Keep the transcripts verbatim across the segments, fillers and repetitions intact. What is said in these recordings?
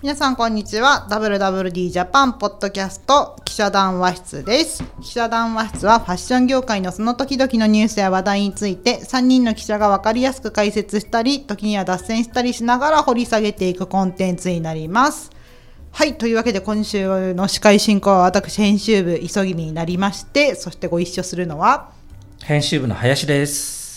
皆さんこんにちは。 ダブリューダブリューディー ジャパンポッドキャスト記者談話室です。記者談話室はファッション業界のその時々のニュースや話題についてさんにんの記者が分かりやすく解説したり、時には脱線したりしながら掘り下げていくコンテンツになります。はい、というわけで今週の司会進行は私編集部急ぎみになりまして、そしてご一緒するのは編集部の林です。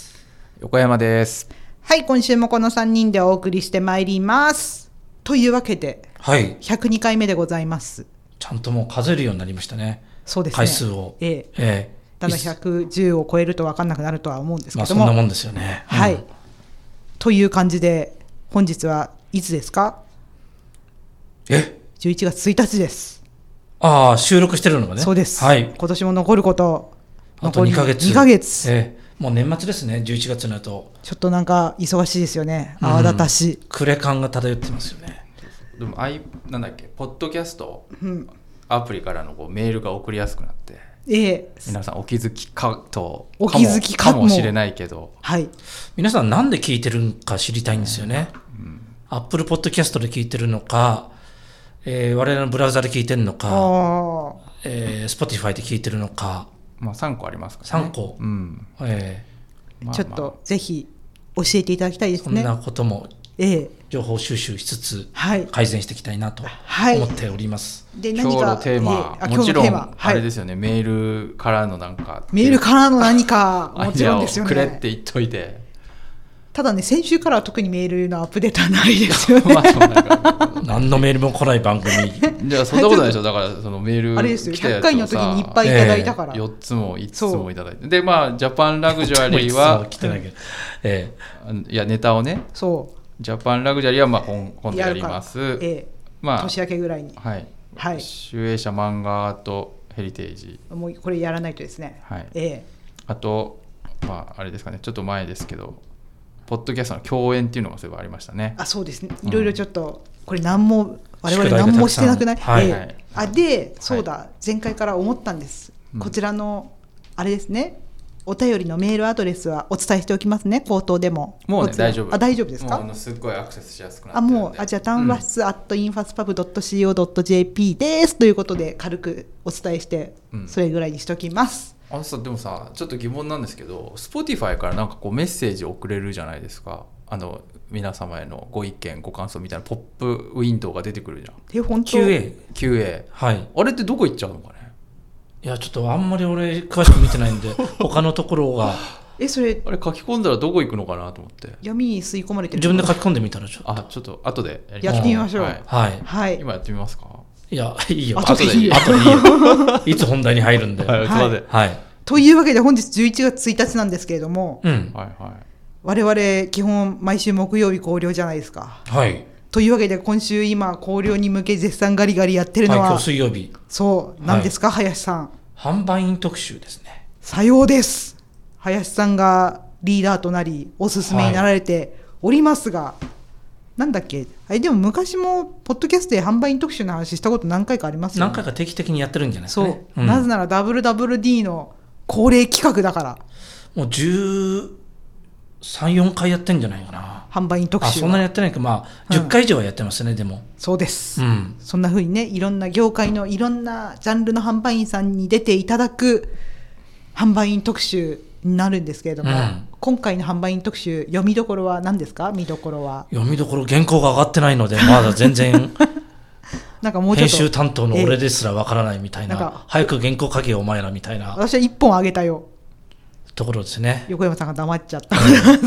横山です。 はい、今週もこのさんにんでお送りしてまいります。というわけで、 はい、 ひゃくにかいめでございます。 ちゃんともう数えるようになりましたね。 そうですね、 回数を、 ええええ、 だんだんひゃくじゅうを超えると分かんなくなるとは思うんですけども、 まあ、そんなもんですよね、 はい、 うん、 という感じで本日はいつですか？ えじゅういちがつついたちです。 ああ、収録してるのがね。 そうです、 はい、 今年も残ることあとにかげつ、 にかげつ、 ええ、もう年末ですね。じゅういちがつになるとちょっとなんか忙しいですよね。泡立たし、 うん、暮れ感が漂ってますよね。 でもあいなんだっけポッドキャスト、うん、アプリからのこうメールが送りやすくなって、 ええ、 皆さんお気づきかとお気づきかも, かもしれないけど、 はい、 皆さんなんで聞いてるのか知りたいんですよね、うん、アップルポッドキャストで聞いてるのか、えー、我々のブラウザで聞いてるのか、えー、Spotify で聞いてるのか、 まあ、さんこありますからね。 さんこ、 うんえーまあまあ、ちょっとぜひ教えていただきたいですね。 そんなこともええ、 情報収集しつつ改善していきたいなと思っております、 はい、で何か今日のテーマ、えー、もちろんあれですよね、はい、メールからのなんかメールからの何かもちろんですよね。 くれって言っといて、 ただね、先週からは特にメールのアップデートはないですよねまあそんな何のメールも来ない番組じゃあそんなことないでしょ。だからそのメールあれですよ、ひゃっかいの時にいっぱいいただいたから、 えー、よっつもいつつもいただいて、でまあジャパンラグジュアリーは来てないけど、えー、いやネタをね、 そうジャパンラグジュアリーはまあ今今度やります。 ええ、まあ、年明けぐらいに、 はいはい、 集英社漫画アートヘリテージ、 もうこれやらないとですね、 はい、 ええ、 あと、まあ、あれですかね、ちょっと前ですけどポッドキャストの共演っていうのがそういえばありましたね。 あ、そうですね、いろいろちょっと、うん、これ何も我々何もしてなくない、はいはい、あでそうだ、はい、前回から思ったんです、うん、こちらのあれですね、お便りのメールアドレスはお伝えしておきますね。口頭でももうね大丈夫。 あ、大丈夫ですか？ もうすっごいアクセスしやすくなってるんで。 あ、もう、あ、じゃあ談話室 アットインファスパブドットシーオードットジェーピー ですということで軽くお伝えして、うん、それぐらいにしときます。 あのさ、でもさ、ちょっと疑問なんですけど Spotify からなんかこうメッセージ送れるじゃないですか。あの皆様へのご意見ご感想みたいなポップウィンドウが出てくるじゃん。 え、本当？ キューエー キューエー、 はい、 あれってどこ行っちゃうのかね。 いやちょっとあんまり俺詳しく見てないんで他のところがえ、それあれ書き込んだらどこ行くのかなと思って、 闇に吸い込まれてる。 自分で書き込んでみたらちょっとあちょっと後でやりやってみましょう。はい、 はいはい、 今やってみますか。 いやいいよ、 後でいいよ、 後でいいよいつ本題に入るんで、 はい、はい、 はい、 というわけで本日じゅういちがつついたちなんですけれども、 うん、 はいはい、 我々基本毎週木曜日校了じゃないですか。 はい。 というわけで今週今校了に向け絶賛ガリガリやってるのは、 はい、今日水曜日、 そう何ですか、はい、林さん。 販売員特集ですね。 さようです。林さんがリーダーとなりおすすめになられておりますが、はい、なんだっけ、あれでも昔もポッドキャストで販売員特集の話したこと何回かありますよね。 何回か定期的にやってるんじゃないですかね。 そう、うん、なぜなら ダブリューダブリューディー の恒例企画だから。 もうじゅうさん、よんかいやってんじゃないかな、 販売員特集は。 あ、そんなにやってないか、まあ、うん、じゅっかい以上はやってますね。でもそうです、 うん、 そんな風にね、いろんな業界のいろんなジャンルの販売員さんに出ていただく販売員特集になるんですけれども、うん、今回の販売員特集読みどころは何ですか？見どころは。 読みどころ原稿が上がってないのでまだ全然なんかもうちょっと編集担当の俺ですらわからないみたいな、えー、早く原稿書けよお前らみたいな。 私はいっぽんあげたよところですね。 横山さんが黙っちゃった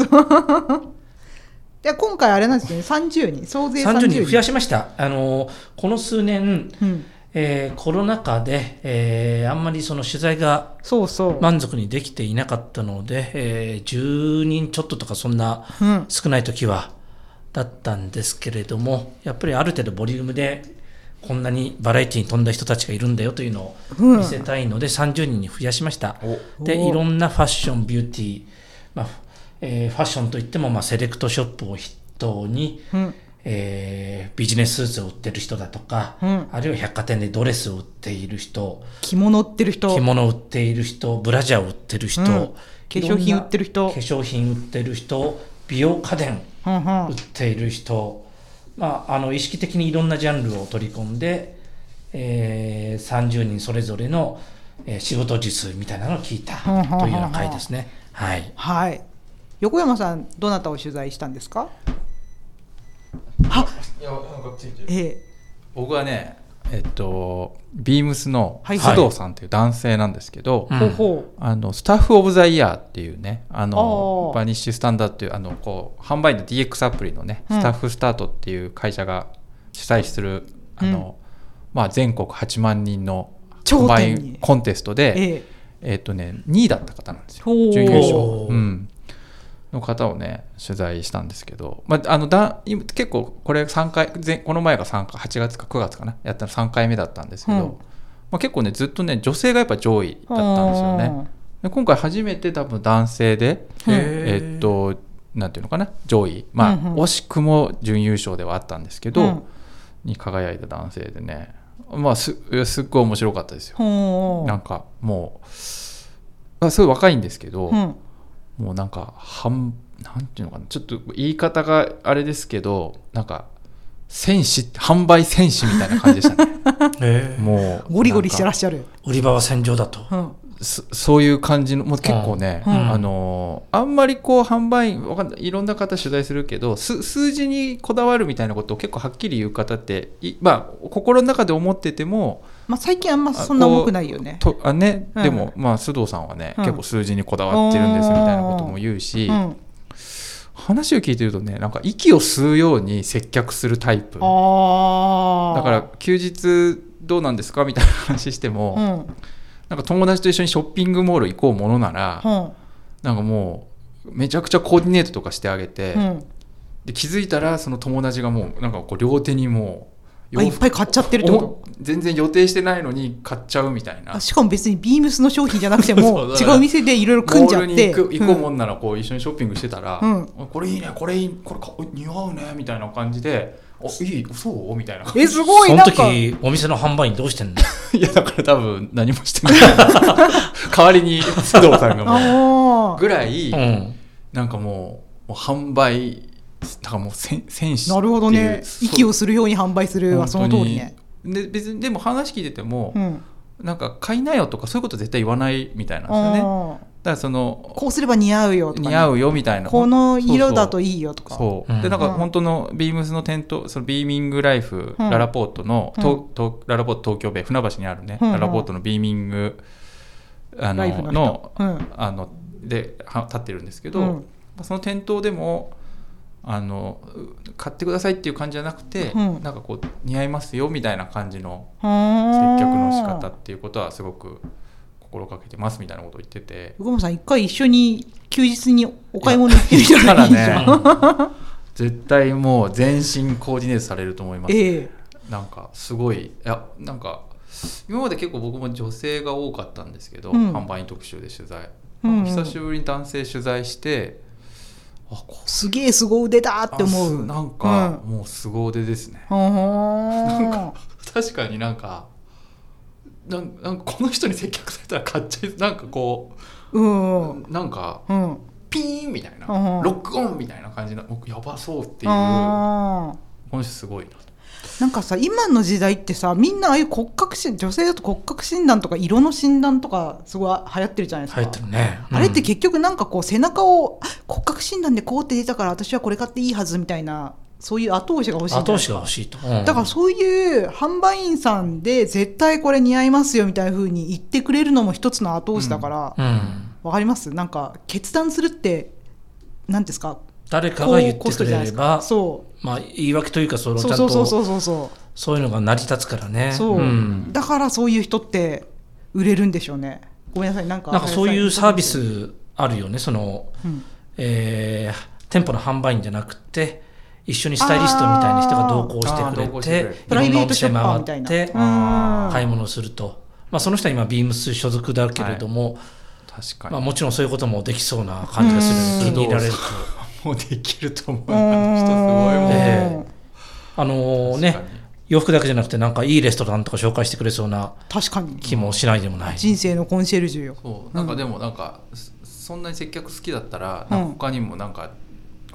で今回あれなんですね、さんじゅうにん、総勢さんじゅうにん、 さんじゅうにん増やしました。あのこの数年、うん、えー、コロナ禍で、えー、あんまりその取材が満足にできていなかったので、そうそう、えー、じゅうにんちょっととかそんな少ない時はだったんですけれども、やっぱりある程度ボリュームでこんなにバラエティに富んだ人たちがいるんだよというのを見せたいので、うん、さんじゅうにんに増やしました。でいろんなファッションビューティー、まあえー、ファッションといっても、まあ、セレクトショップを筆頭に、うん、えー、ビジネススーツを売ってる人だとか、うん、あるいは百貨店でドレスを売っている人、 着物売ってる人、 着物売っている人、ブラジャーを売ってる人、うん、化粧品売ってる人、 化粧品売ってる人、美容家電売っている人、 まあ、あの意識的にいろんなジャンルを取り込んで、えー、さんじゅうにんそれぞれの、えー、仕事術みたいなのを聞いたというような回ですね。はい、 はい、横山さんどなたを取材したんですか？はいやなんかついてる、 ええ、 僕はねえっと、ビームスの須藤さんという男性なんですけど、 はいはい、 あのスタッフオブザイヤーっていうね、あのバニッシュスタンダードっていう、あのこう販売の ディーエックス アプリのね、うん、スタッフスタートっていう会社が主催する、あの、うんまあ、全国はちまんにんの販売コンテストで、えええーっとね、にいだった方なんですよ、準優勝、うん、の方をね取材したんですけど、まあ、あのだ結構これさんかい、この前がさんかいはちがつかくがつかなやったのさんかいめだったんですけど、うんまあ、結構ねずっとね女性がやっぱ上位だったんですよね。で今回初めて多分男性で、えー、っとなんていうのかな上位、まあ、うんうん、惜しくも準優勝ではあったんですけど、うん、に輝いた男性でね、まあ、す, すっごい面白かったですよ。なんかもうすごい若いんですけど、うん、もうなんか半なんていうのかな、ちょっと言い方があれですけど、なんか戦士販売戦士みたいな感じでしたね。 えー、 もうゴリゴリしてらっしゃる。 売り場は戦場だと、 うん、 そ, そういう感じの、もう結構ね、うん、あのあんまりこう販売員わかんないいろんな方取材するけど、す数字にこだわるみたいなことを結構はっきり言う方ってい、まあ、心の中で思ってても、 まあ、最近あんまそんな重くないよね。 とあね、うん、でも、まあ、須藤さんはね、うん、結構数字にこだわってるんですみたいなことも言うし、うん、話を聞いてるとね、なんか息を吸うように接客するタイプ。 あだから休日どうなんですかみたいな話しても、うん、なんか友達と一緒にショッピングモール行こうものなら、うん、なんかもうめちゃくちゃコーディネートとかしてあげて、うん、で気づいたらその友達がもうなんかこう両手にもういっぱい買っちゃってるってこと？ 全然予定してないのに買っちゃうみたいな。 しかも別にビームスの商品じゃなくても違う店でいろいろ組んじゃって、モールに行く、 行こうもんならこう一緒にショッピングしてたら、うん、これいいねこれいいこれ似合うねみたいな感じで、あいいそうみたいな。 えすごい。 その時お店の販売員どうしてんの？ いやだから多分何もしてない代わりに須藤さんがもうぐらい、うん、なんかもう、もう販売だからもう戦士っていう。 なるほどね。息をするように販売するはその通りね。 で別にでも話聞いてても、うん、なんか買いなよとかそういうこと絶対言わないみたいなんですよね。だからそのこうすれば似合うよとか、ね、 似合うよみたいな、 この色だといいよとか、 そうそうでなんか本当のビームスの店頭、そのビーミングライフ、うん、ララポートの、うん、ととララポート東京ベイ船橋にあるね、うん、ララポートのビーミングあのの、うん、あので立ってるんですけど、うん、その店頭でもあの買ってくださいっていう感じじゃなくて、うん、なんかこう似合いますよみたいな感じの接客の仕方っていうことはすごく心がけてますみたいなことを言ってて、 横山さん一回一緒に休日にお買い物行ってみたらいいじゃん。 ね、絶対もう全身コーディネートされると思います、ね。えー、なんかすごい、いやなんか今まで結構僕も女性が多かったんですけど、うん、販売員特集で取材、うんうん、久しぶりに男性取材して。 あすげえ凄腕だって思う。 なんか、うん、もう凄腕ですね。なんか確かになんかなんなんかこの人に接客されたら買っちゃいなんかこう、うん、なんか、うん、ピーンみたいな、うん、ロックオンみたいな感じのやばそうっていう、この人すごいなと。 なんかさ今の時代ってさみんなああいう骨格診女性だと骨格診断とか色の診断とかすごい流行ってるじゃないですか。 流行ってるね、 うん、あれって結局なんかこう背中を骨格診断でこうって出たから私はこれ買っていいはずみたいな、そういう後押しが欲しい。 後押しが欲しいと、 うん、だからそういう販売員さんで絶対これ似合いますよみたいな風に言ってくれるのも一つの後押しだから、うんうん、わかります。なんか決断するって何ですか、 誰かが言ってくれれば、そうまあ言い訳というかそのちゃんとそういうのが成り立つからね。 そう、うん、だからそういう人って売れるんでしょうね。ごめんなさい、なんかなんかそういうサービスあるよね。その、うんえー、店舗の販売員じゃなくて一緒にスタイリストみたいな人が同行してくれてプライベートショッパーみたいな回買い物をすると、まあ、その人は今ビームス所属だけれども、はい、確かにまあ、もちろんそういうこともできそうな感じがする。気に入られるともうできると思う。人すごいもん、 えー、あのー、ね洋服だけじゃなくてなんかいいレストランとか紹介してくれそうな気もしないでもない。 人生のコンシェルジュよ。 そうなんかでもなんか、うん、そんなに接客好きだったらなんか他にもなんか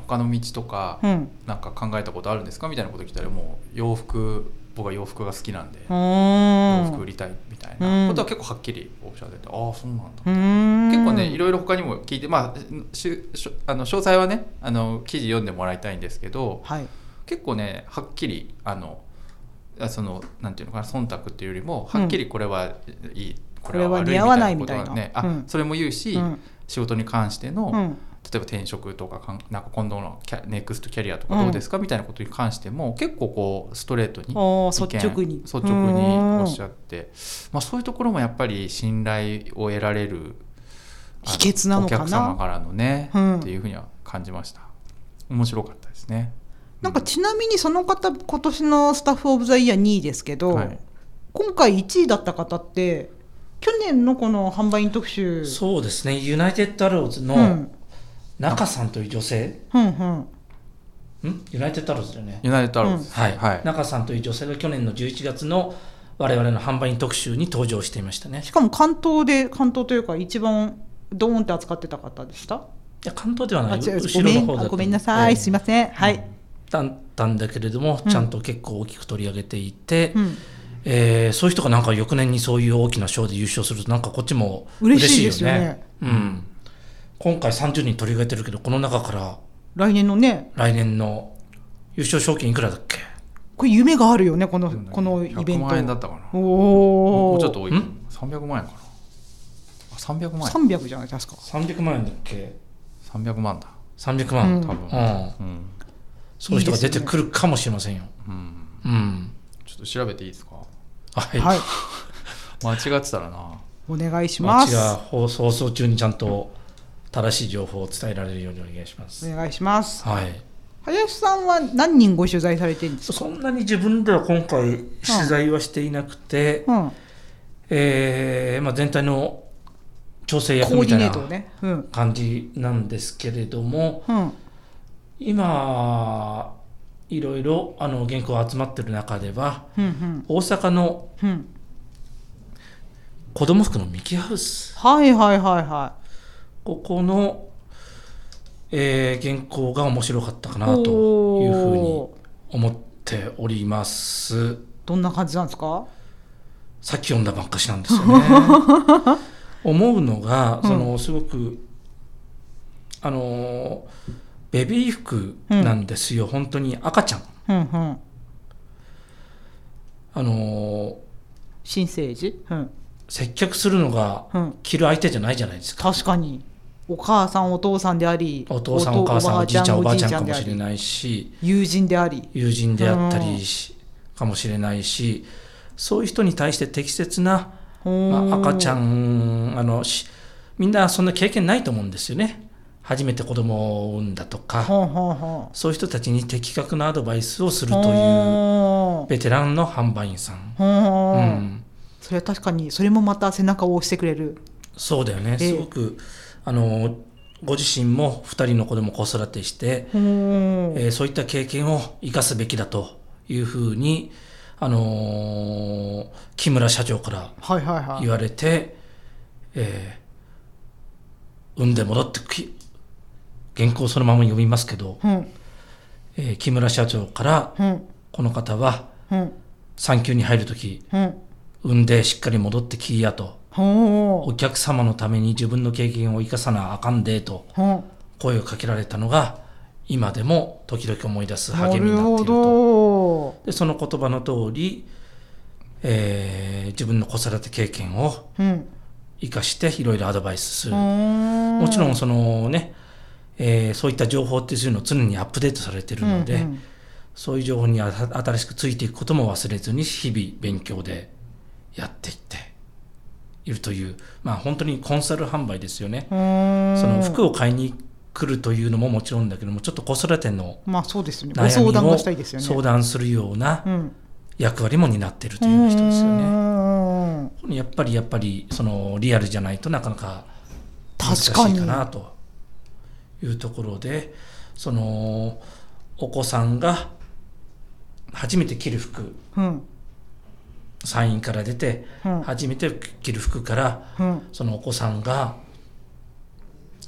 他の道とか、うん、なんか考えたことあるんですかみたいなこと聞いたら、もう洋服、僕は洋服が好きなんで洋服売りたいみたいなことは結構はっきりおっしゃってて、ああそうなんだ、うん結構ねいろいろ他にも聞いて、まあ、しあの詳細はねあの記事読んでもらいたいんですけど、はい、結構ねはっきりあのそのなんていうのかな、忖度っていうよりもはっきりこれはいい、うん、これは悪いみたいなことはね、あ、うん、それも言うし、うん、仕事に関しての、うん例えば転職とか、なんか今度のキャネクストキャリアとかどうですか、うん、みたいなことに関しても結構こうストレートに率直に率直におっしゃって、まあ、そういうところもやっぱり信頼を得られる秘訣なのかな、 お客様からのね、うん、っていうふうには感じました。面白かったですね。 なんかちなみにその方今年のスタッフオブザイヤーにいですけど、はい、今回いちいだった方って去年のこの販売員特集、 そうですね、ユナイテッドアローズの、うん中さんという女性、うんうん、んユナイテッドアローズだよね。 ユナイテッドアローズ、 うんはいはい、中さんという女性が去年のじゅういちがつの我々の販売員特集に登場していましたね。 しかも関東で関東というか一番ドーンって扱ってた方でした。いや関東ではない、後ろの方だった。ごめんなさい、えー、すいません、はい、 だったんだけれども、ちゃんと結構大きく取り上げていて、うんえー、そういう人がなんか翌年にそういう大きな賞で優勝するとなんかこっちも嬉しいよね。嬉しいですよね、うん今回さんじゅうにん取り上げてるけど、この中から来年のね来年の優勝賞金いくらだっけ。 これ夢があるよね、このこのイベント。ひゃくまんえんだったかな。おもうちょっと多いかな。さんびゃくまんえんかな。あさんびゃくまんえん。 さんびゃくじゃない確か。 さんびゃくまんえんだっけ。 さんびゃくまんだ。 さんびゃくまん、うん、多分、うんうん。そういう人が出てくるかもしれませんよ。いいですね。うん。うん。 ちょっと調べていいですか。 はい。はい、 間違ってたらな。 お願いします。 間違放送中にちゃんと。正しい情報を伝えられるようにお願いします。 お願いします。 はい。 林さんは何人ご取材されてるんですか。 そんなに自分では今回取材はしていなくて、うんえーまあ、全体の調整役みたいな感じなんですけれども、うん、今いろいろあの原稿が集まってる中では、うんうん、大阪の子ども服のミキハウス、 はいはいはいはいここの、えー、原稿が面白かったかなというふうに思っております。 どんな感じなんですか。 さっき読んだばっかしなんですよね思うのがそのすごく、うん、あのベビー服なんですよ、うん、本当に赤ちゃん、うんうん、あの新生児、うん、 接客するのが着る相手じゃないじゃないですか、 うん、確かにお母さんお父さんでありお父さんお母さんおじいちゃんおばあちゃんかもしれないし友人であり友人であったりかもしれないし、そういう人に対して適切な、まあ、赤ちゃんあのみんなそんな経験ないと思うんですよね。初めて子供を産んだとかほうほうほうそういう人たちに的確なアドバイスをするというベテランの販売員さん、 うん、それは確かにそれもまた背中を押してくれる。 そうだよね、すごくあのご自身もふたりの子供を子育てして、えー、そういった経験を生かすべきだというふうに、あのー、木村社長から言われて、はいはいはいえー、産んで戻ってき原稿そのまま読みますけど、うんえー、木村社長から、うん、この方は、うん、産休に入るとき、うん、産んでしっかり戻ってきやとお客様のために自分の経験を生かさなあかんでと声をかけられたのが今でも時々思い出す励みになっていると。でその言葉の通り、えー、自分の子育て経験を生かしていろいろアドバイスする、うん、もちろんそのね、えー、そういった情報っていうのを常にアップデートされているので、うんうん、そういう情報に新しくついていくことも忘れずに日々勉強でやっていっているという、まあ、本当にコンサル販売ですよね。その服を買いに来るというのももちろんだけども、ちょっと子育ての悩みを相談するような役割も担っているという人ですよね。やっぱりやっぱりそのリアルじゃないとなかなか難しいかなというところで、そのお子さんが初めて着る服、うん産院から出て初めて着る服から、うん、そのお子さんが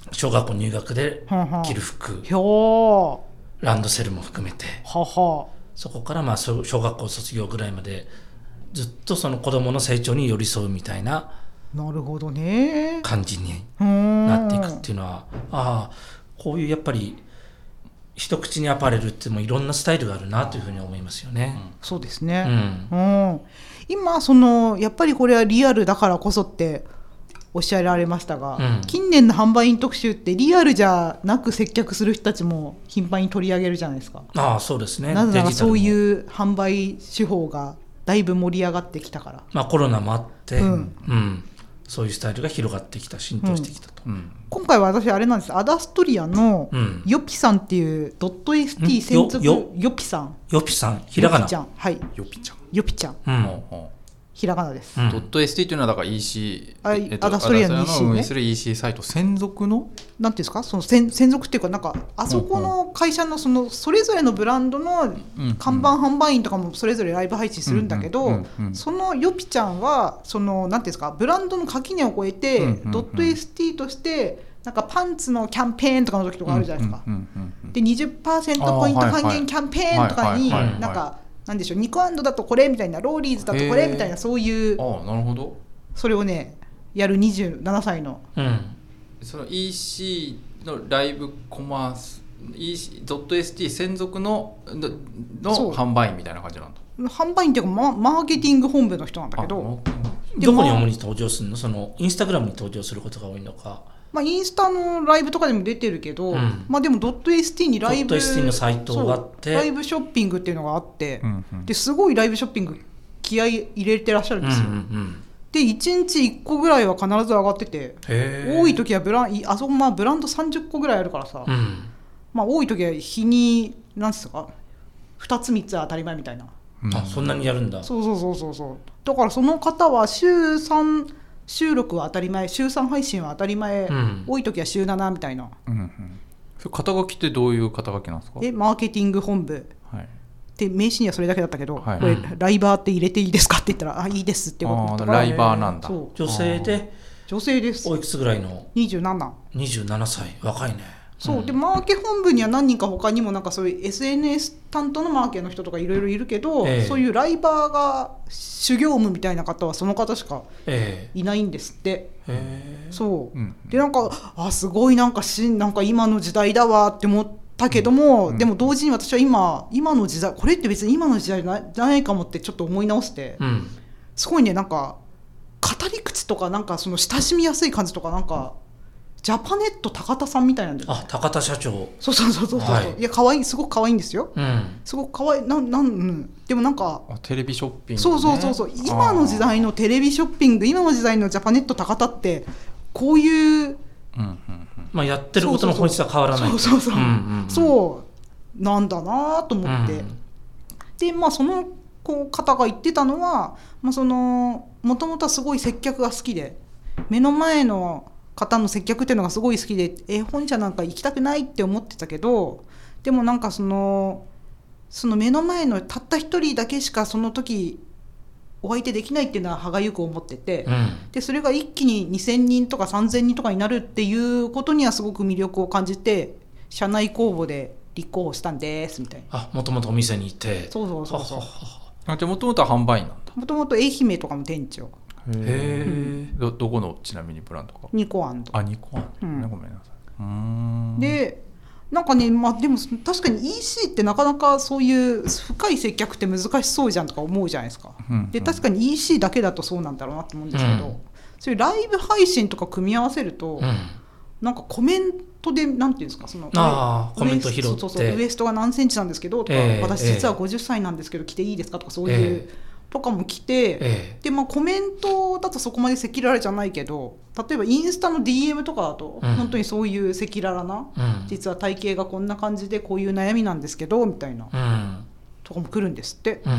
小学校入学で着る服、 はランドセルも含めて、 ははそこからまあ小学校卒業ぐらいまでずっとその子どもの成長に寄り添うみたいななるほどね感じになっていくっていうのは、ああこういうやっぱり一口にアパレルってもいろんなスタイルがあるなというふうに思いますよね。 うん、そうですね、うんうん、今そのやっぱりこれはリアルだからこそっておっしゃられましたが、うん、近年の販売員特集ってリアルじゃなく接客する人たちも頻繁に取り上げるじゃないですか。 ああそうですね。 なぜならそういう販売手法がだいぶ盛り上がってきたから、 まあ、コロナもあって、うんうん、そういうスタイルが広がってきた、浸透してきたと、 うん、今回は私あれなんです、アダストリアのヨピさんっていうドット エスティー 専属ヨピさんヨピさんひらがなヨピちゃん、はい、 ヨピちゃんヨピちゃん、うん、ひらがなです、 うん、ドット エスティー というのはだから イーシー、 えっと、アダストリアの イーシー ね、 運営する イーシー サイト専属のなんていうんですか、その専属っていうか、なんかあそこの会社のそのそれぞれのブランドの看板販売員とかもそれぞれライブ配信するんだけど、そのヨピちゃんはそのなんていうんですか、ブランドの垣根を越えて、うんうんうん、ドット エスティー としてなんかパンツのキャンペーンとかの時とかあるじゃないですか、うんうんうんうん、で にじゅっパーセント ポイント還元キャンペーンとかになんかなんでしょう、ニコアンドだとこれみたいな、ローリーズだとこれみたいな、そういう、 ああなるほど、 それをねやるにじゅうななさいの、うん、 その イーシー のライブコマース ドット エスティー 専属のの販売員みたいな感じなんだ。 販売員っていうか マ, マーケティング本部の人なんだけど、 どこに主に登場するの？そのインスタグラムに登場することが多いのか。 まあ、インスタのライブとかでも出てるけど、うん、まあ、でもドット エスティー にライブドット エスティー のサイトがあってライブショッピングっていうのがあって、うんうん、ですごいライブショッピング気合い入れてらっしゃるんですよ、うんうんうん、でいちにちいっこぐらいは必ず上がってて、多い時はブランあそこまあブランドさんじゅっこぐらいあるからさ、うん、まあ、多い時は日に何ですかふたつみっつは当たり前みたいな、 うん、あそんなにやるんだ。 そうそうそうそうそう、だからその方は週さん収録は当たり前、週さん配信は当たり前、うん、多い時は週ななみたいな、うんうん、 それ肩書きってどういう肩書きなんですか？ えマーケティング本部、はい、で名刺にはそれだけだったけど、はい、これライバーって入れていいですかって言ったら、あいいですってことだったから、 ライバーなんだ。 女性で女性です。 おいくつぐらいの？ にじゅうなな。 にじゅうななさい、若いね。 そう、うん、でマーケ本部には何人か他にもなんかそういう エスエヌエス 担当のマーケの人とかいろいろいるけど、えー、そういうライバーが主業務みたいな方はその方しかいないんですって、えー、そう、うん、でなんかあすごいなんかしなんか今の時代だわって思ったけども、うん、でも同時に私は今今の時代これって別に今の時代じゃないかもってちょっと思い直して、うん、すごいねなんか語り口とかなんかその親しみやすい感じとかなんかジャパネット高田さんみたいなんだよ、ね、 あ高田社長、 そうそうそうそう、はい、いや可愛い、すごく可愛いんですよ、うん、すごく可愛いなんなん、うん、でもなんかテレビショッピング、ね、 そうそうそうそう、今の時代のテレビショッピング、今の時代のジャパネット高田ってこういう、うんうんうん、まあ、やってることの本質は変わらない、 そうそうそう、うんうんうん、そうなんだなと思って、うん、でまあその方が言ってたのは、まあ、そのもともとはすごい接客が好きで、目の前の方の接客っていうのがすごい好きで、え本社なんか行きたくないって思ってたけど、でもなんかそのその目の前のたった一人だけしかその時お相手できないっていうのは歯がゆく思ってて、うん、でそれが一気ににせんにんとかさんぜんにんとかになるっていうことにはすごく魅力を感じて、社内公募で立候補したんですみたいな。 あ、もともとお店にいて、 そうそうそうそう、 あ、じゃあもともとは販売員なんだ。 もともと愛媛とかも店長。 へえ、うん、ど, どこのちなみにブランドか？ ニコアンド。 あ、ニコアンド、うん、ごめんなさい。うーん、 でなんかね、まあ、でも確かに イーシー ってなかなかそういう深い接客って難しそうじゃんとか思うじゃないですか、うんうん、で確かに イーシー だけだとそうなんだろうなと思うんですけど、うん、そういうライブ配信とか組み合わせると、うん、なんかコメントでなんていうんですか、そのあコメント拾って、 そうそうそう、ウエストが何センチなんですけどとか、えー、私実はごじゅっさいなんですけど、えー、来ていいですかとかそういう、えーとかも来て、ええ、でまあ、コメントだとそこまで赤裸々じゃないけど、例えばインスタの ディーエム とかだと、うん、本当にそういう赤裸々な、うん、実は体型がこんな感じでこういう悩みなんですけどみたいな、うん、とかも来るんですって、うん、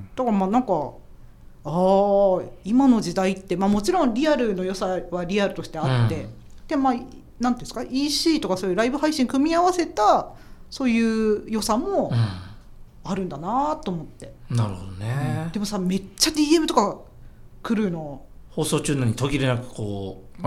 だからまあなんかあ今の時代って、まあ、もちろんリアルの良さはリアルとしてあって、うん、でまあなんていうんですか イーシー とかそういうライブ配信組み合わせたそういう良さも、うんあるんだなと思って。 なるほどね、 うん、でもさめっちゃ ディーエム とか来るの、 放送中のに途切れなくこう、 まあ、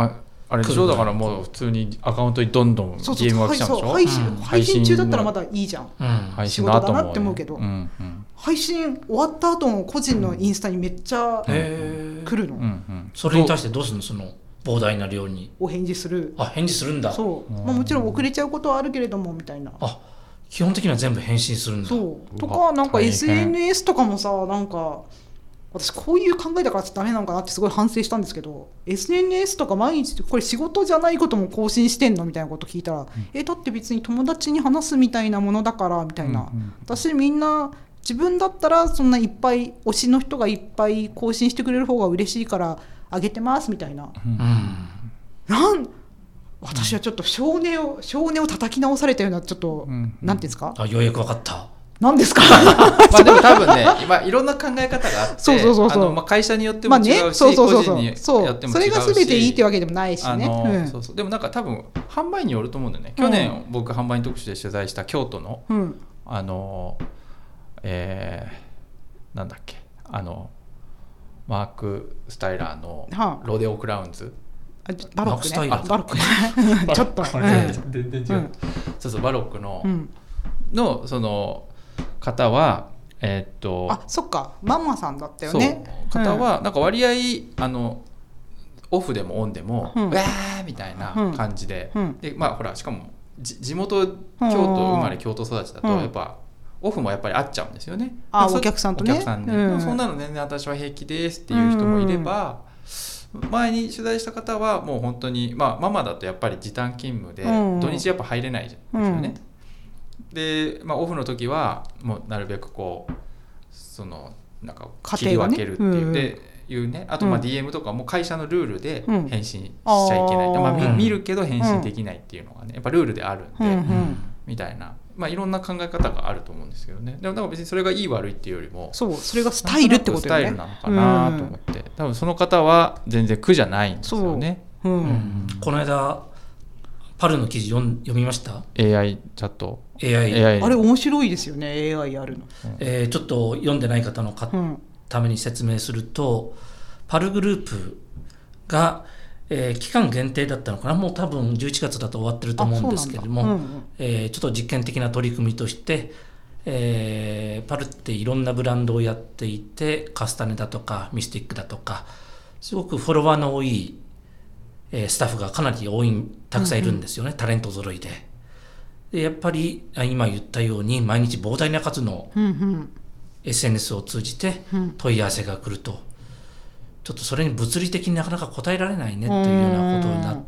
あれでしょ、だからもう普通にアカウントにどんどん ディーエム が来ちゃうんでしょ。 配信、うん、配信中だったらまだいいじゃん、 うん、配信仕事だなって思うけど、うんうん、配信終わった後も個人のインスタにめっちゃ来るの、うんうん、 それに対してどうするの、その膨大な量にお返事する。 あ、返事するんだ。 そう、まあ、もちろん遅れちゃうことはあるけれどもみたいな。 あ、基本的には全部返信するんだ。 そうとか、なんか エスエヌエス とかもさ、なんか私こういう考えだからダメなのかなってすごい反省したんですけど、 エスエヌエス とか毎日これ仕事じゃないことも更新してんのみたいなこと聞いたら、うん、えだって別に友達に話すみたいなものだからみたいな、うんうん、私みんな自分だったらそんないっぱい推しの人がいっぱい更新してくれる方が嬉しいからあげてますみたいな、うん、なん私はちょっと少年を少年を叩き直されたようなちょっと、うん、なんていうんですか、 あ、ようやく分かった。 何ですかまあでも多分ね、今いろんな考え方があって、そうそうそうそう、あの、まあ、会社によっても違うし、まあね、そうそうそうそう、個人によっても違うし、それが全ていいってわけでもないしね、うん、そうそう、でもなんか多分販売によると思うんだよね。去年、うん、僕販売特集で取材した京都の、うん、あのえー、なんだっけ、あのマーク・スタイラーのロデオクラウンズ、 あ、バロックね、あ、バロックねちょっと、 全然違う、うん、そうそう、バロックの、うん、のその方は、えー、っとあ、そっか、ママさんだったよね。 そう方はなんか割合、あのオフでもオンでも、うん、うわーみたいな感じで、うん、で、まあほら、しかも地元京都生まれ京都育ちだと、やっぱ、うん、オフもやっぱり合っちゃうんですよね。 あ、お客さんとね。 お客さんね、うん、そんなの全然私は平気ですっていう人もいれば、うん、前に取材した方はもう本当に、まあ、ママだとやっぱり時短勤務で、うん、土日やっぱ入れないんですよね。うんで、まあ、オフの時はもうなるべくこうそのなんか切り分けるっていう、ね、でいうね、あとまあ ディーエム とかも会社のルールで返信しちゃいけない、うん、まあ、見, 見るけど返信できないっていうのがねやっぱルールであるんで、うんうん、みたいな、まあ、いろんな考え方があると思うんですけどね。でもなんか別にそれがいい悪いっていうよりも、 そう、それがスタイルってことよね。 スタイルなのかなと思って、うん、多分その方は全然苦じゃないんですよね。 そう、うんうん、この間パルの記事 読, 読みました。 エーアイ チャットエーアイ, エーアイあれ面白いですよね、 エーアイ やるの、 うんえー、ちょっと読んでない方のか、うん、ために説明すると、パルグループが、えー、期間限定だったのかな、もう多分じゅういちがつだと終わってると思うんですけれども、うんうんえー、ちょっと実験的な取り組みとして、えー、パルっていろんなブランドをやっていて、カスタネだとかミスティックだとかすごくフォロワーの多いスタッフがかなり多い、たくさんいるんですよね、うんうん、タレント揃いで。でやっぱり今言ったように毎日膨大な数の エスエヌエス を通じて問い合わせが来ると、うんうん、ちょっとそれに物理的になかなか答えられないねというようなことになって、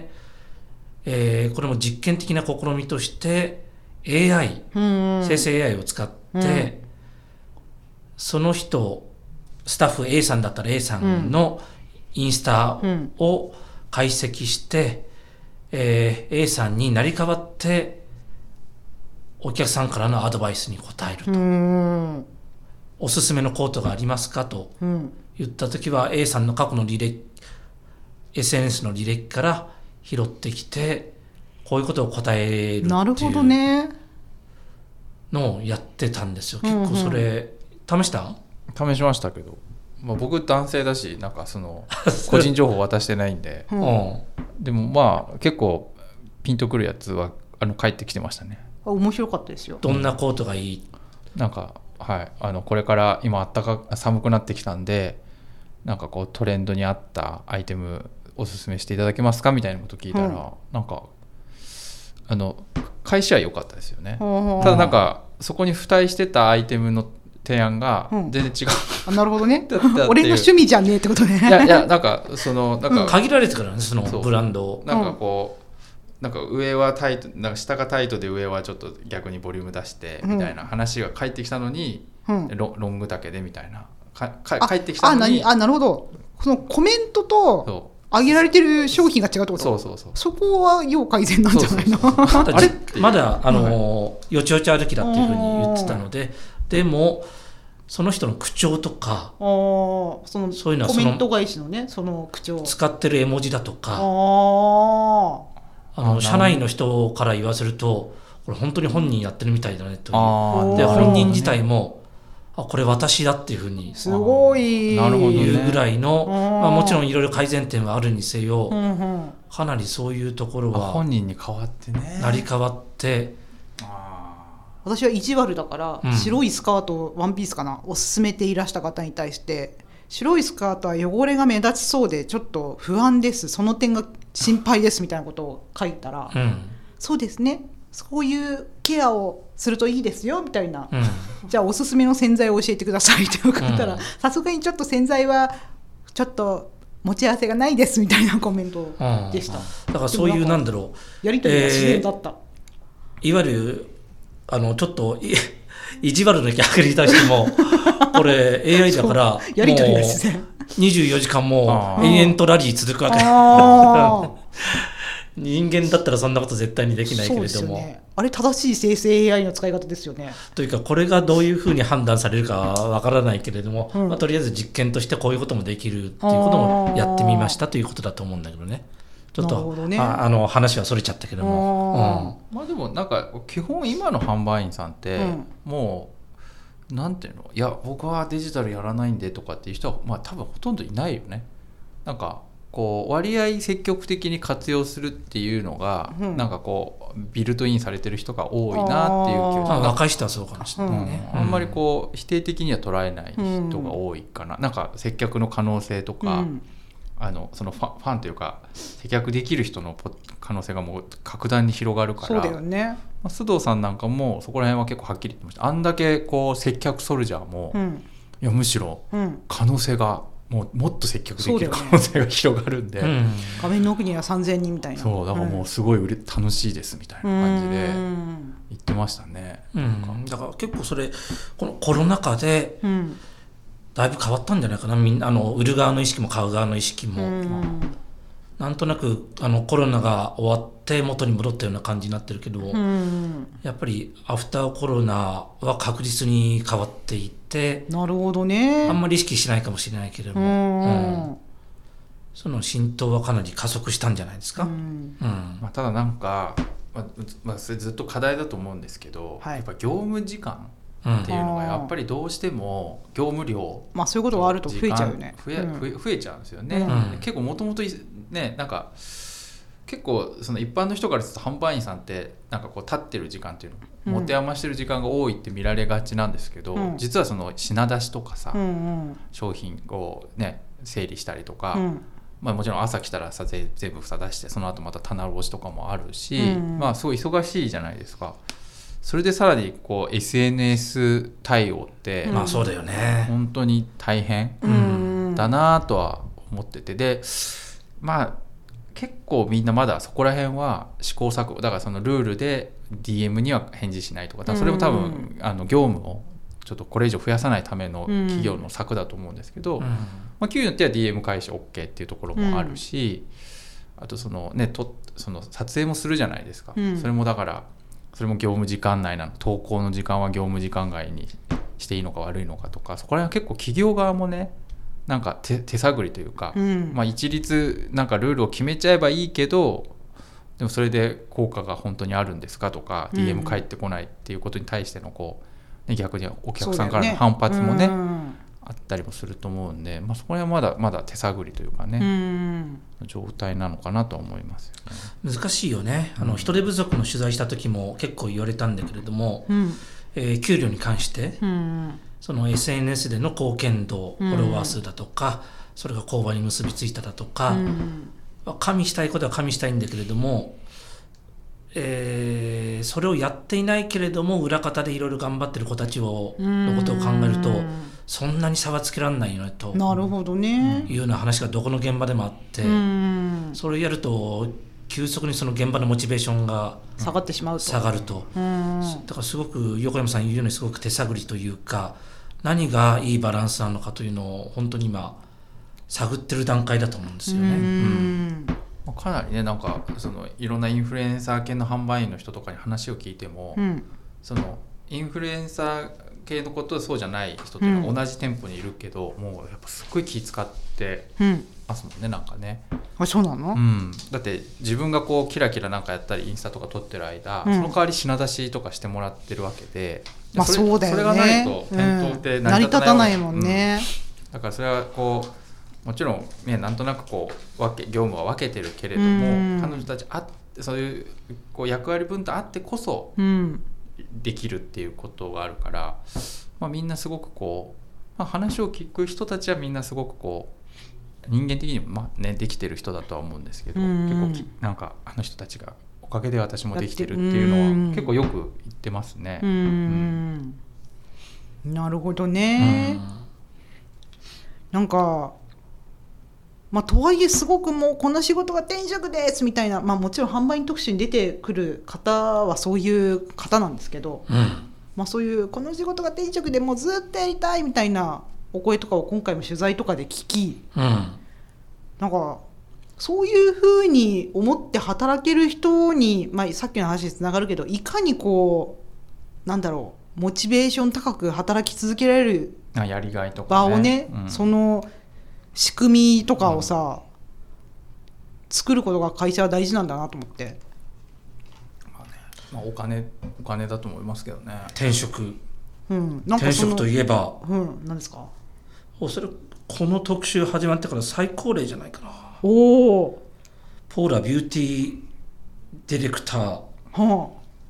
えー、これも実験的な試みとして エーアイ、うんうん、生成 エーアイ を使って、うん、その人スタッフ A さんだったら A さんのインスタを解析して、えー、A さんになり代わってお客さんからのアドバイスに答えると、うん、おすすめのコートがありますかと言ったときは、うん、A さんの過去の履歴 エスエヌエス の履歴から拾ってきてこういうことを答えるっていうのをやってたんですよ。結構それ、うんうん、試した？ 試しましたけど、まあ、僕男性だしなんかその個人情報渡してないんで、うん、でもまあ結構ピンとくるやつはあの返ってきてましたね。 あ、面白かったですよ。 どんなコートがいい？ なんか、はい、あのこれから今暖か寒くなってきたんでなんかこうトレンドに合ったアイテムおすすめしていただけますかみたいなこと聞いたら、うん、なんかあの返しは良かったですよね。ただなんかそこに付帯してたアイテムの提案が全然違う、 うん、あ、なるほどね俺の趣味じゃねえってことね。 いやいや、なんかそのなんか、 うん、限られてからね、そのブランドをなんかこうなんか上はタイト、なんか下がタイトで上はちょっと逆にボリューム出してみたいな話が返ってきたのに、うん、ロ, ロング丈でみたいなかか返ってきたのに、 ああ、なるほど、そのコメントと上げられてる商品が違うってこと。 そうそうそう、 そこは要改善なんじゃないの。 まだあの、はい、よちよち歩きだっていうふうに言ってたので、でもその人の口調とか、あ、そのそういうのはコメント返しのね、その口調、 使ってる絵文字だとか、あああの社内の人から言わせるとこれ本当に本人やってるみたいだねという。で本人自体もあこれ私だっていうふうにすごいなるほど、ね、 いうぐらいの、まあ、もちろんいろいろ改善点はあるにせよ、うんうん、かなりそういうところは本人に変わってね成り変わって、 あ私は意地悪だから、うん、白いスカートワンピースかなを勧めていらした方に対して白いスカートは汚れが目立ちそうでちょっと不安ですその点が心配ですみたいなことを書いたら、うん、そうですねそういうケアをするといいですよみたいな、うん、じゃあおすすめの洗剤を教えてくださいって送ったらさすがにちょっと洗剤はちょっと持ち合わせがないですみたいなコメントでした、うん、 だからそういうなんだろうやりとりが自然だった、 えー、いわゆるあのちょっと意地悪な逆に対してもこれ エーアイ だからやりとりが自然にじゅうよじかんも延々とラリー続くわけ人間だったらそんなこと絶対にできないけれども、ね、 あれ正しい生成 エーアイ の使い方ですよね。 というかこれがどういうふうに判断されるかわからないけれども、うんまあ、とりあえず実験としてこういうこともできるっていうこともやってみましたということだと思うんだけどね。ちょっと、ね、ああの話はそれちゃったけども、 うん、まあでもなんか基本今の販売員さんって、うん、もうなんていうのいや僕はデジタルやらないんでとかっていう人は、まあ、多分ほとんどいないよね。なんかこう割合積極的に活用するっていうのが、うん、なんかこうビルトインされてる人が多いなっていう気がします。 若い人はそうかもしれないね、 うん、あんまりこう否定的には捉えない人が多いかな、うん、なんか接客の可能性とか、うん、あのそのファン、ファンというか接客できる人の可能性がもう格段に広がるから。 そうだよね、 まあ、須藤さんなんかもそこら辺は結構はっきり言ってました。あんだけこう接客ソルジャーも、うん、いやむしろ可能性がもうもっと積極できる可能性が広がるんで、ねうん、 画面の奥にはさんぜんにんみたいな。 そうだからもうすごい楽しいですみたいな感じで言ってましたね、 うん、だから結構それこのコロナ禍でだいぶ変わったんじゃないかな。みんなあの売る側の意識も買う側の意識も、うん、なんとなくあのコロナが終わって元に戻ったような感じになってるけど、うん、やっぱりアフターコロナは確実に変わっていって、 なるほどね。 あんまり意識しないかもしれないけれども、うんうん、その浸透はかなり加速したんじゃないですか、うんうんまあ、ただなんか、まあまあ、それずっと課題だと思うんですけど、はい、やっぱ業務時間っていうのがやっぱりどうしても業務量、 まあそういうことがあると増えちゃうよね。 増え、うん、増えちゃうんですよね、うん、結構もともとねなんか結構その一般の人からすると販売員さんってなんかこう立ってる時間っていうの、うん、持て余してる時間が多いって見られがちなんですけど、うん、実はその品出しとかさ、うんうん、商品をね整理したりとか、うんまあ、もちろん朝来たらさ全部蓋出してその後また棚卸しとかもあるし、うんまあすごい忙しいじゃないですか。それでさらにこう エスエヌエス 対応って、 まあそうだよね、 本当に大変だなとは思ってて、でまあ結構みんなまだそこら辺は試行錯誤だから、そのルールで ディーエム には返事しないとか、それも多分あの業務をちょっとこれ以上増やさないための企業の策だと思うんですけど、まあ、企業によっては ディーエム 返し OK っていうところもあるし、あとそのねとその撮影もするじゃないですか、それもだからそれも業務時間内なの、投稿の時間は業務時間外にしていいのか悪いのかとか、そこら辺は結構企業側もねなんか 手, 手探りというか、うんまあ、一律なんかルールを決めちゃえばいいけど、でもそれで効果が本当にあるんですかとか、うん、ディーエム 返ってこないっていうことに対してのこう、ね、逆にお客さんからの反発も ね, ね、うん、あったりもすると思うんで、まあ、そこら辺はまだまだ手探りというかね、うん、状態なのかなと思いますよね。 難しいよね。あの人手不足の取材した時も結構言われたんだけれども、うんえー、給料に関して、うんその エスエヌエス での貢献度、フォロワー数だとか、うん、それが購買に結びついただとか、うん、加味したいことは加味したいんだけれども、えー、それをやっていないけれども裏方でいろいろ頑張ってる子たちをのことを考えると、そんなに差はつけられないよねと、 なるほどね、 いうような話がどこの現場でもあって、それをやると急速にその現場のモチベーションが下がってしまうと、 下がると、だからすごく横山さん言うようにすごく手探りというか、何がいいバランスなのかというのを本当に今探ってる段階だと思うんですよね。うんうん、かなりねなんかそのいろんなインフルエンサー系の販売員の人とかに話を聞いても、うん、そのインフルエンサー系のことはそうじゃない人というのは同じ店舗にいるけど、うん、もうやっぱすっごい気使ってますもんね、なんかね。 あ、そうなの？ うん、だって自分がこうキラキラなんかやったりインスタとか撮ってる間、うん、その代わり品出しとかしてもらってるわけで、 まあそうだよね。 それがないと店頭って成り立たないもんね、うん、だからそれはこうもちろんねなんとなくこう分け業務は分けてるけれども、うん、彼女たちあってそういうこう役割分担あってこそできるっていうことがあるから、まあ、みんなすごくこう、まあ、話を聞く人たちはみんなすごくこう人間的にもまあ、ね、できてる人だとは思うんですけど、うん、結構なんかあの人たちがおかげで私もできてるっていうのは結構よく言ってますね。うん、 うん、なるほどね、うん、なんかまあとはいえすごくもうこの仕事が転職ですみたいな、まあもちろん販売特集に出てくる方はそういう方なんですけど、うん、まあそういうこの仕事が転職でもうずっとやりたいみたいなお声とかを今回も取材とかで聞き、うん、なんかそういうふうに思って働ける人に、まあ、さっきの話につながるけどいかにこうなんだろうモチベーション高く働き続けられるやりがいとか、 場をね、うん、その仕組みとかをさ、うん、作ることが会社は大事なんだなと思って、 まあねまあ、お金お金だと思いますけどね。 転職、 うん、なんか転職といえば、 うん、何ですか。 それこの特集始まってから最高齢じゃないかな。 おお。 ポーラビューティーディレクター、はあ、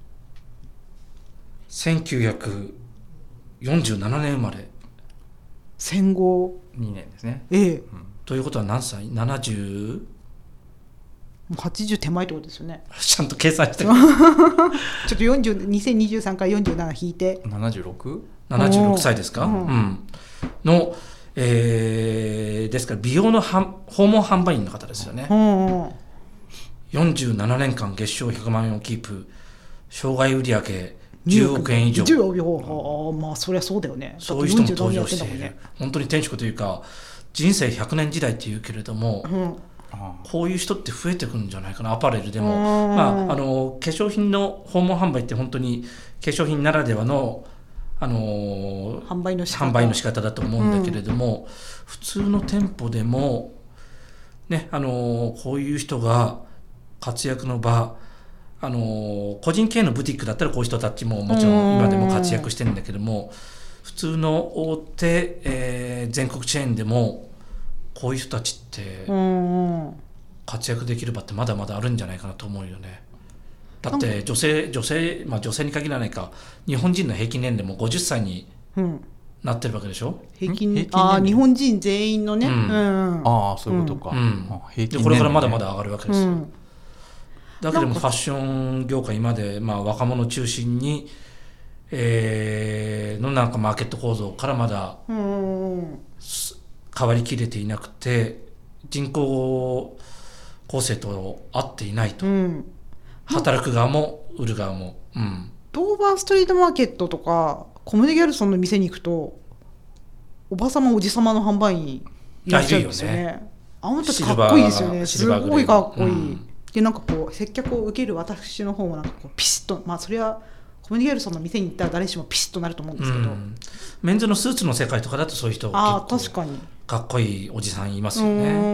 せんきゅうひゃくよんじゅうななねん生まれ、 戦後にねんですね。 ええ、うん、 ということは何歳 ?ななじゅうはちじゅう手前ってことですよね。 ちゃんと計算してるちょっとよんじゅうにせんにじゅうさんからよんじゅうなな引いてななじゅうろく? ななじゅうろく 歳ですか、うんうん、の、えー、ですから美容の訪問販売員の方ですよね、うんうん、よんじゅうななねんかん月賞ひゃくまんえんをキープ、生涯売上じゅうおくえん以上、 じゅうおく、まあそりゃそうだよね。 そういう人も登場している、ね、本当に転職というか人生ひゃくねん時代っていうけれども、うん、こういう人って増えてくるんじゃないかな。アパレルでも、まあ、あの化粧品の訪問販売って本当に化粧品ならではの、あの販売の仕方、 販売の仕方だと思うんだけれども、うん、普通の店舗でも、ね、あのこういう人が活躍の場、あの個人経営のブティックだったらこういう人たちももちろん今でも活躍してるんだけども、普通の大手、えー、全国チェーンでもこういう人たちって活躍できる場ってまだまだあるんじゃないかなと思うよね。だって女性女性、まあ、女性に限らないか、日本人の平均年齢もごじゅっさいになってるわけでしょ、うん、 平均平均あ日本人全員のね、うんうん、ああそういうことか、うん、 平均でこれからまだまだ上がるわけですよ、うん、だけどもファッション業界今まで、まあ、若者中心に、えー、のなんかマーケット構造からまだ変わりきれていなくて、人口構成と合っていないと、うん、働く側も売る側も、うん、 ドーバーストリートマーケットとかコムデ・ギャルソンの店に行くとおばさまおじさまの販売員いらっしゃるんですよね。ね、あの人たちかっこいいですよね。すごいかっこいい、うん、でなんかこう接客を受ける私の方もなんかこうピシッと、まあそれはコムデ・ギャルソンの店に行ったら誰しもピシッとなると思うんですけど、うん、 メンズのスーツの世界とかだとそういう人あ確かにかっこいいおじさんいますよね。うん、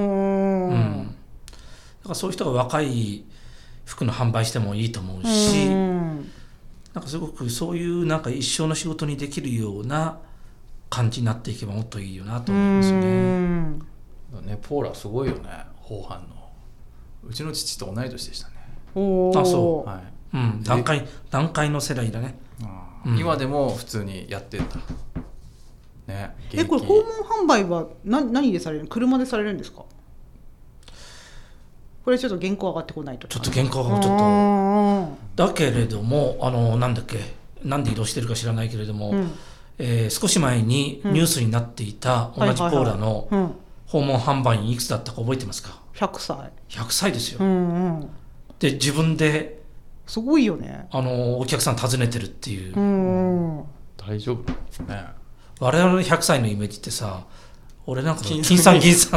うん、だからそういう人が若い服の販売してもいいと思うし、うん、なんかすごくそういうなんか一生の仕事にできるような感じになっていけばもっといいよなと思いますよね。うんね、ポーラすごいよね。後半のうちの父と同い年でしたね。 おあそう、はい、うん、段階段階の世代だね。 あ、うん、今でも普通にやってた、ね、 えこれ訪問販売は何, 何でされる？車でされるんですか？これちょっと原稿上がってこないとちょっと原稿がちょっとだけれども、あのなんだっけなんで移動してるか知らないけれども、うん、えー、少し前にニュースになっていた同じポーラの訪問販売員いくつだったか覚えてますか？ ひゃくさい。 ひゃくさいですよ、うんうん、で自分ですごいよね。 あのお客さん訪ねてるっていう、 うんうん、大丈夫ですね。 我々のひゃくさいのイメージってさ、俺なんか金さん銀さん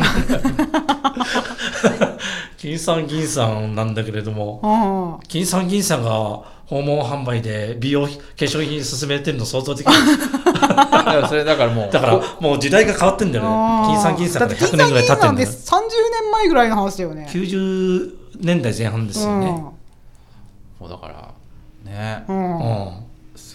金さん銀さんなんだけれども、金さん銀さんが訪問販売で美容化粧品進めてるの想像できないそれだからもうだからもう時代が変わってんだよね。金さん銀さんからひゃくねんぐらい経ってんだよ。 さんじゅうねんまえぐらいの話だよね。 きゅうじゅうねんだいぜん半ですよね、うん、 もうだからね、うんうん、す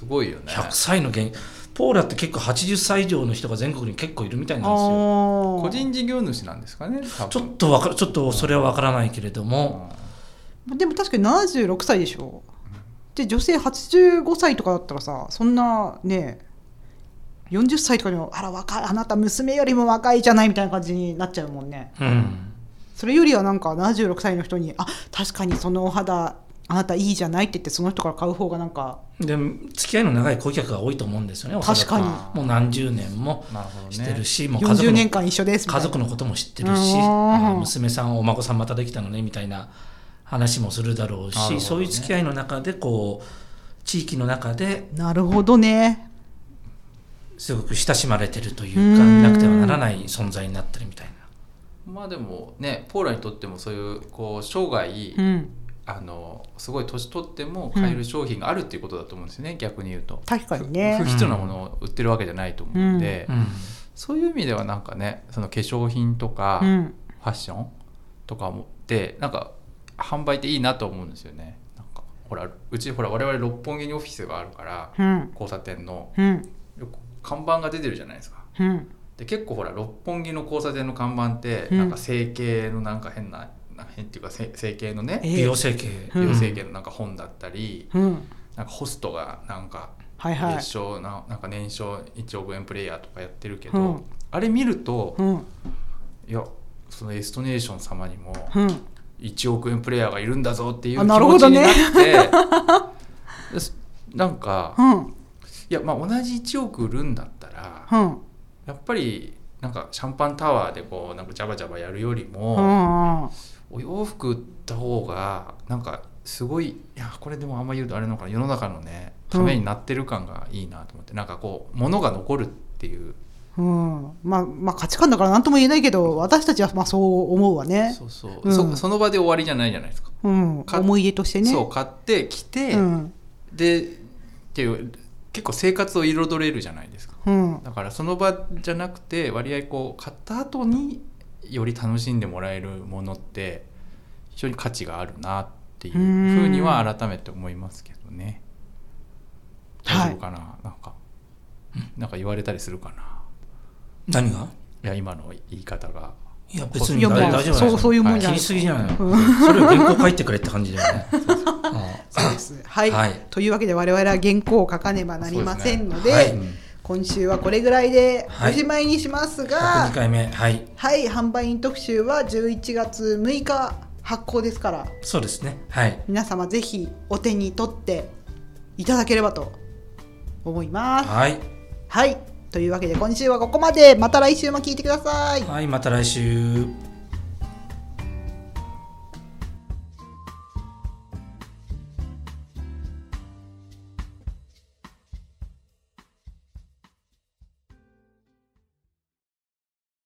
ごいよね。 ひゃくさいの現ポーラって結構はちじゅっさい以上の人が全国に結構いるみたいなんですよ。 個人事業主なんですかね。 ちょっとわかちょっとそれは分からないけれども、 でも確かにななじゅうろくさいでしょ。で女性はちじゅうごさいとかだったらさ、そんなねよんじゅっさいとかにもあら若い、あなた娘よりも若いじゃないみたいな感じになっちゃうもんね、うん、それよりはなんかななじゅうろくさいの人にあ確かにそのお肌あなたいいじゃないって言ってその人から買う方がなんかで付き合いの長い顧客が多いと思うんですよね。 確かにもう何十年もしてるし、 ね、もう家族のよんじゅうねんかん一緒ですみたいな、 家族のことも知ってるし、娘さんお孫さんまたできたのねみたいな話もするだろうし、ね、そういう付き合いの中でこう地域の中でなるほどねすごく親しまれてるというかなくてはならない存在になってるみたいな。 まあでもねポーラにとってもそういうこう生涯、うん、あのすごい年取っても買える商品があるっていうことだと思うんですよね、うん、逆に言うと。 確かにね不必要なものを売ってるわけじゃないと思うんで、うんうん、そういう意味ではなんかねその化粧品とか、うん、ファッションとかもってなんか販売っていいなと思うんですよね。なんかほらうちほら我々六本木にオフィスがあるから、うん、交差点の、うん、よく看板が出てるじゃないですか、うん、で結構ほら六本木の交差点の看板って、うん、なんか整形のなんか変な変っていうか整形のね、 えー、美容整形美容整形のなんか本だったり、うん、なんかホストがなんか月賞、はいはい、な, なんか年商いちおくえんプレイヤーとかやってるけど、うん、あれ見ると、うん、いやそのエストネーション様にも、うんいちおくえんプレイヤーがいるんだぞっていう気持ちになって、ね、なんか、うん、いやまあ同じいちおく売るんだったら、うん、やっぱりなんかシャンパンタワーでこうなんかジャバジャバやるよりも、うんうん、お洋服売った方がなんかすごいいやこれでもあんま言うとあれなのかな世の中のねためになってる感がいいなと思って、うん、なんかこう物が残るっていううんまあ、まあ価値観だから何とも言えないけど私たちはまあそう思うわね。 そうそう、うん、そ, その場で終わりじゃないじゃないですか、 うん、思い出としてね。 そう買ってきて、うん、でっていう結構生活を彩れるじゃないですか、うん、だからその場じゃなくて割合こう買った後により楽しんでもらえるものって非常に価値があるなっていうふうには改めて思いますけどね。大丈夫かな、はい、なんかなんか言われたりするかな。 何が？ いや今の言い方がいや別に大丈夫なんですそうそういうもんじゃない、 気にしすぎじゃないの、うん、それを原稿書いてくれって感じだよねそうそうです、はい、はい、というわけで我々は原稿を書かねばなりませんの で, で、ねはい、今週はこれぐらいでおしまいにしますが、 はい、ひゃくにかいめはい、 はい、販売員特集はじゅういちがつむいか発行ですから。 そうですね、はい、 皆様ぜひお手に取っていただければと思います。 はい、 はいというわけで今週はここまで。また来週も聞いてください。 はい、また来週。